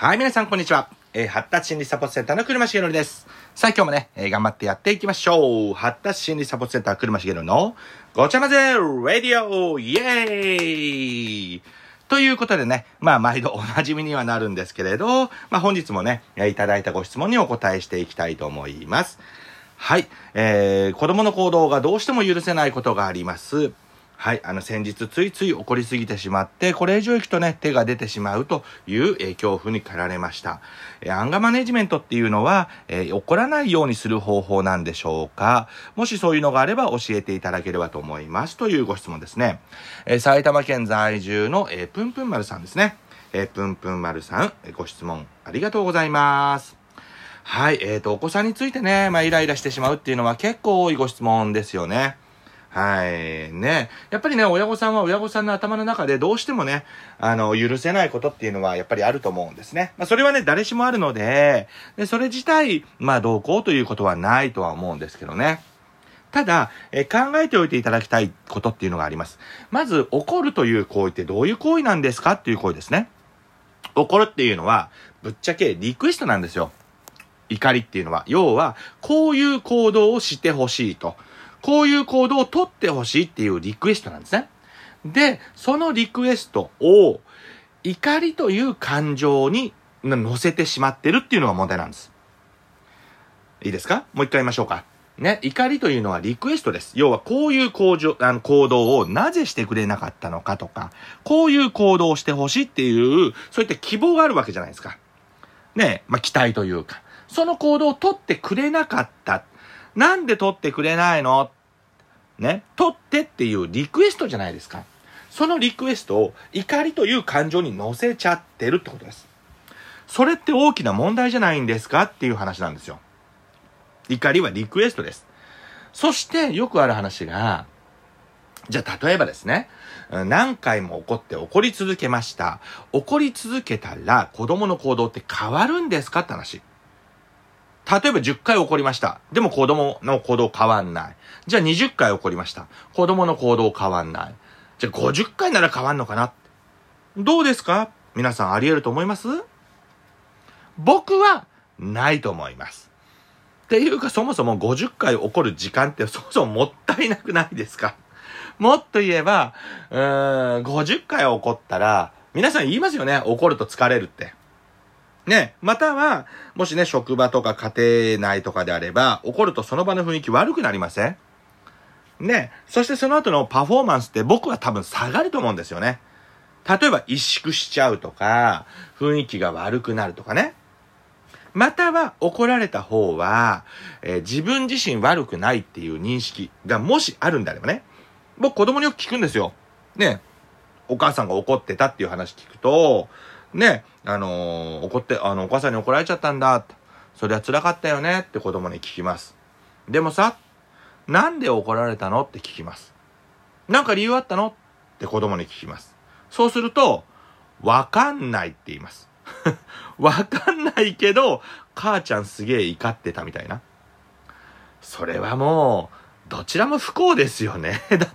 はい、皆さんこんにちは。発達心理サポートセンターの車重則です。さあ今日もね、頑張ってやっていきましょう。発達心理サポートセンター車重則のごちゃ混ぜラディオイエーイということでね、毎度おなじみにはなるんですけれど、本日もね、いただいたご質問にお答えしていきたいと思います。はい、子供の行動がどうしても許せないことがあります。はい、先日ついつい怒りすぎてしまって、これ以上行くとね、手が出てしまうという、恐怖に駆られました。アンガーマネジメントっていうのは、怒らないようにする方法なんでしょうか。もしそういうのがあれば教えていただければと思いますというご質問ですね。埼玉県在住の、ぷんぷん丸さんですね。ぷんぷん丸さん、ご質問ありがとうございます。はい、お子さんについてね、イライラしてしまうっていうのは結構多いご質問ですよね。はい。ね。やっぱりね、親御さんは親御さんの頭の中でどうしてもね、許せないことっていうのはやっぱりあると思うんですね。それはね、誰しもあるので、それ自体、どうこうということはないとは思うんですけどね。ただ、考えておいていただきたいことっていうのがあります。まず、怒るという行為ってどういう行為なんですかっていう行為ですね。怒るっていうのは、ぶっちゃけリクエストなんですよ。怒りっていうのは。要は、こういう行動をしてほしいと。こういう行動を取ってほしいっていうリクエストなんですね。で、そのリクエストを怒りという感情に乗せてしまってるっていうのが問題なんです。いいですか？もう一回言いましょうか。ね、怒りというのはリクエストです。要はこういう行動をなぜしてくれなかったのかとか、こういう行動をしてほしいっていう、そういった希望があるわけじゃないですか。ね、期待というか、その行動を取ってくれなかった。なんで取ってくれないの？ね、取ってっていうリクエストじゃないですか。そのリクエストを怒りという感情に乗せちゃってるってことです。それって大きな問題じゃないんですかっていう話なんですよ。怒りはリクエストです。そしてよくある話が、じゃあ例えばですね、何回も怒り続けました。怒り続けたら子供の行動って変わるんですかって話。例えば10回怒りました。でも子供の行動変わんない。じゃあ20回怒りました。子供の行動変わんない。じゃあ50回なら変わんのかな？どうですか？皆さんあり得ると思います？僕はないと思います。っていうかそもそも50回怒る時間ってそもそももったいなくないですか？もっと言えば、50回怒ったら、皆さん言いますよね。怒ると疲れるって。ね、または、もしね、職場とか家庭内とかであれば、怒るとその場の雰囲気悪くなりません？ね、そしてその後のパフォーマンスって僕は多分下がると思うんですよね。例えば萎縮しちゃうとか、雰囲気が悪くなるとかね。または怒られた方は、自分自身悪くないっていう認識がもしあるんであればね。僕子供によく聞くんですよ。ね、お母さんが怒ってたっていう話聞くと、ね、お母さんに怒られちゃったんだって。それは辛かったよねって子供に聞きます。でもさ、なんで怒られたのって聞きます。なんか理由あったのって子供に聞きます。そうすると、わかんないって言います。わかんないけど、母ちゃんすげえ怒ってたみたいな。それはもう、どちらも不幸ですよね。だって、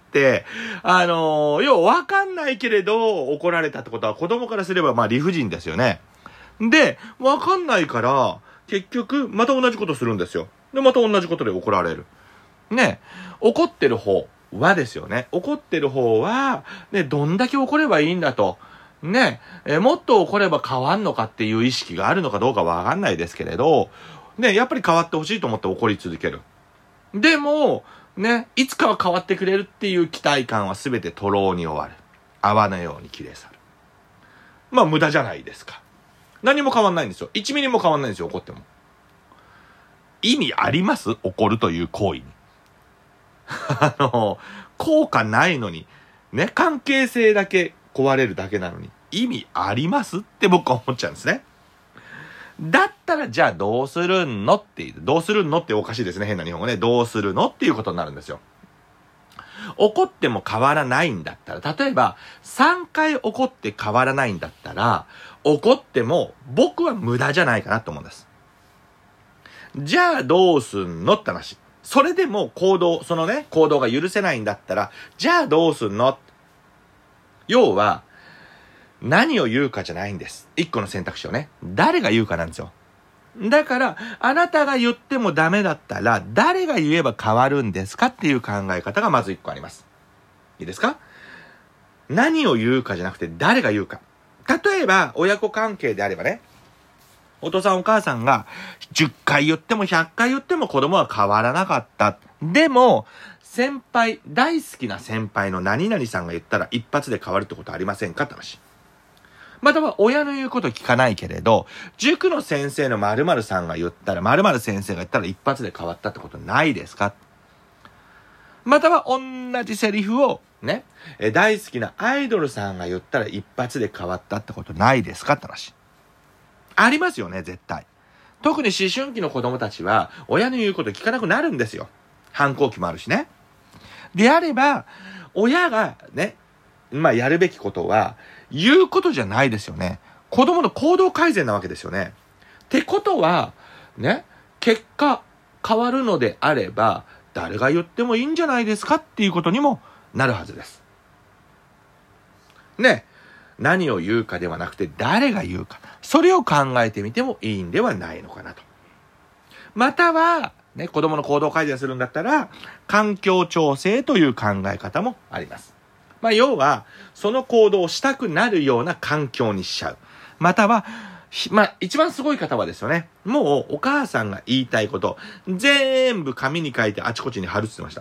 要はわかんないけれど怒られたってことは子供からすれば理不尽ですよね。で、わかんないから、結局、また同じことするんですよ。で、また同じことで怒られる。ね、怒ってる方はですよね。怒ってる方は、ね、どんだけ怒ればいいんだと。ね、もっと怒れば変わんのかっていう意識があるのかどうかわかんないですけれど、ね、やっぱり変わってほしいと思って怒り続ける。でも、ね、いつかは変わってくれるっていう期待感は全て徒労に終わる。泡のように切れ去る。無駄じゃないですか。何も変わんないんですよ。1ミリも変わんないんですよ、怒っても。意味あります？怒るという行為に。効果ないのに、ね、関係性だけ壊れるだけなのに、意味ありますって僕は思っちゃうんですね。だったら、じゃあどうするのっていう、どうするのっておかしいですね、変な日本語ね。どうするのっていうことになるんですよ。怒っても変わらないんだったら、例えば、3回怒って変わらないんだったら、怒っても僕は無駄じゃないかなと思うんです。じゃあどうすんのって話。それでも行動が許せないんだったら、じゃあどうすんの？要は、 何を言うかじゃないんです。一個の選択肢をね。誰が言うかなんですよ。だから、あなたが言ってもダメだったら、誰が言えば変わるんですかっていう考え方がまず一個あります。いいですか？何を言うかじゃなくて、誰が言うか。例えば、親子関係であればね、お父さんお母さんが10回言っても100回言っても子供は変わらなかった。でも、先輩、大好きな先輩の何々さんが言ったら一発で変わるってことありませんかって話。または親の言うこと聞かないけれど、塾の先生の〇〇さんが言ったら、〇〇先生が言ったら一発で変わったってことないですか？または同じセリフをね、大好きなアイドルさんが言ったら一発で変わったってことないですかって話。ありますよね、絶対。特に思春期の子供たちは、親の言うこと聞かなくなるんですよ。反抗期もあるしね。であれば、親がね、やるべきことは、言うことじゃないですよね。子供の行動改善なわけですよね。ってことは、ね、結果、変わるのであれば、誰が言ってもいいんじゃないですかっていうことにもなるはずです。ね、何を言うかではなくて、誰が言うか。それを考えてみてもいいんではないのかなと。または、ね、子供の行動改善するんだったら、環境調整という考え方もあります。要は、その行動をしたくなるような環境にしちゃう。または、一番すごい方はですよね。もう、お母さんが言いたいこと、全部紙に書いてあちこちに貼るって言ってました。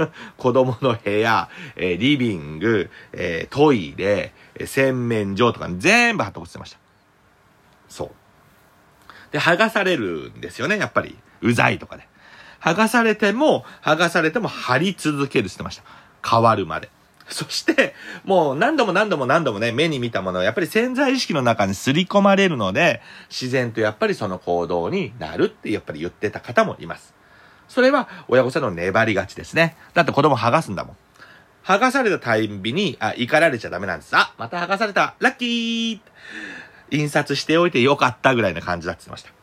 子供の部屋、リビング、トイレ、洗面所とか全部貼っておってました。そう。で、剥がされるんですよね、やっぱり。うざいとかで。剥がされても貼り続けるって言ってました。変わるまで。そして、もう何度もね、目に見たものはやっぱり潜在意識の中に刷り込まれるので、自然とやっぱりその行動になるってやっぱり言ってた方もいます。それは親御さんの粘りがちですね。だって子供剥がすんだもん。剥がされたタイミングに、怒られちゃダメなんです。また剥がされた。ラッキー！印刷しておいてよかったぐらいな感じだって言ってました。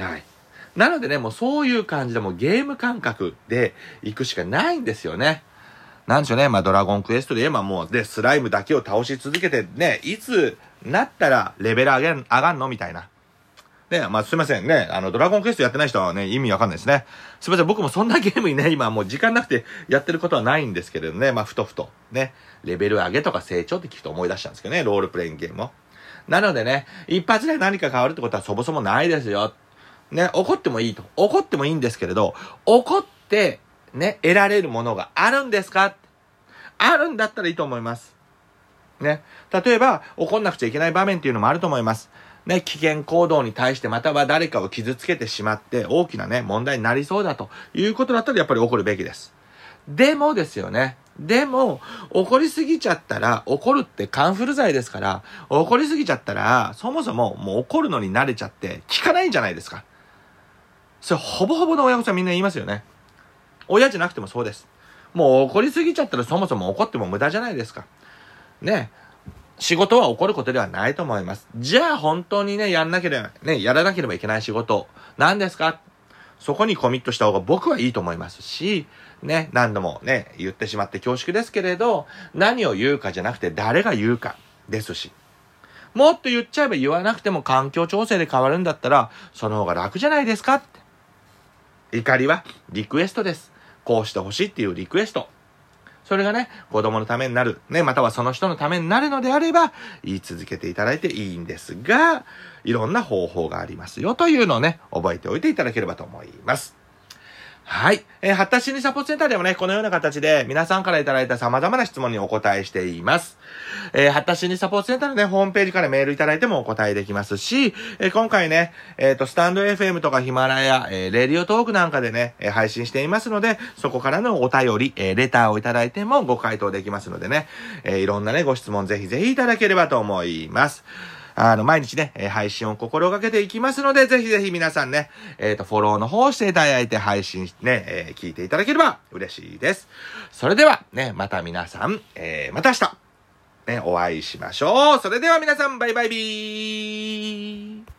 はい。なのでね、もうそういう感じでもうゲーム感覚で行くしかないんですよね。なんでしょうね。ドラゴンクエストで言えばもう、で、スライムだけを倒し続けてね、いつなったらレベル上がんのみたいな。ね、すいませんね。ドラゴンクエストやってない人はね、意味わかんないですね。すいません。僕もそんなゲームにね、今もう時間なくてやってることはないんですけれどね。ふと。ね。レベル上げとか成長って聞くと思い出したんですけどね。ロールプレイングゲームも。なのでね、一発で何か変わるってことはそもそもないですよ。ね、怒ってもいいと。怒ってもいいんですけれど、怒って、ね、得られるものがあるんですか？あるんだったらいいと思います。ね。例えば、怒んなくちゃいけない場面っていうのもあると思います。ね、危険行動に対してまたは誰かを傷つけてしまって大きなね、問題になりそうだということだったらやっぱり怒るべきです。でもですよね。でも、怒りすぎちゃったら、怒るってカンフル剤ですから、怒りすぎちゃったら、そもそももう怒るのに慣れちゃって効かないんじゃないですか。それほぼほぼの親御さんみんな言いますよね。親じゃなくてもそうです。もう怒りすぎちゃったらそもそも怒っても無駄じゃないですか。ね。仕事は怒ることではないと思います。じゃあ本当にね、やらなければいけない仕事、何ですか？そこにコミットした方が僕はいいと思いますし、ね、何度もね、言ってしまって恐縮ですけれど、何を言うかじゃなくて誰が言うかですし、もっと言っちゃえば言わなくても環境調整で変わるんだったら、その方が楽じゃないですかって。怒りはリクエストです。こうしてほしいっていうリクエスト。それがね、子供のためになる、ね、またはその人のためになるのであれば、言い続けていただいていいんですが、いろんな方法がありますよというのをね、覚えておいていただければと思います。はい。発達心理サポートセンターでもね、このような形で皆さんからいただいた様々な質問にお答えしています。発達心理サポートセンターのね、ホームページからメールいただいてもお答えできますし、今回ね、スタンド FM とかヒマラヤ、レディオトークなんかでね、配信していますので、そこからのお便り、レターをいただいてもご回答できますのでね、いろんなね、ご質問ぜひぜひいただければと思います。毎日ね、配信を心がけていきますので、ぜひぜひ皆さんね、フォローの方していただいて配信ね、聞いていただければ嬉しいです。それではね、また皆さん、また明日、ね、お会いしましょう。それでは皆さん、バイバイビー。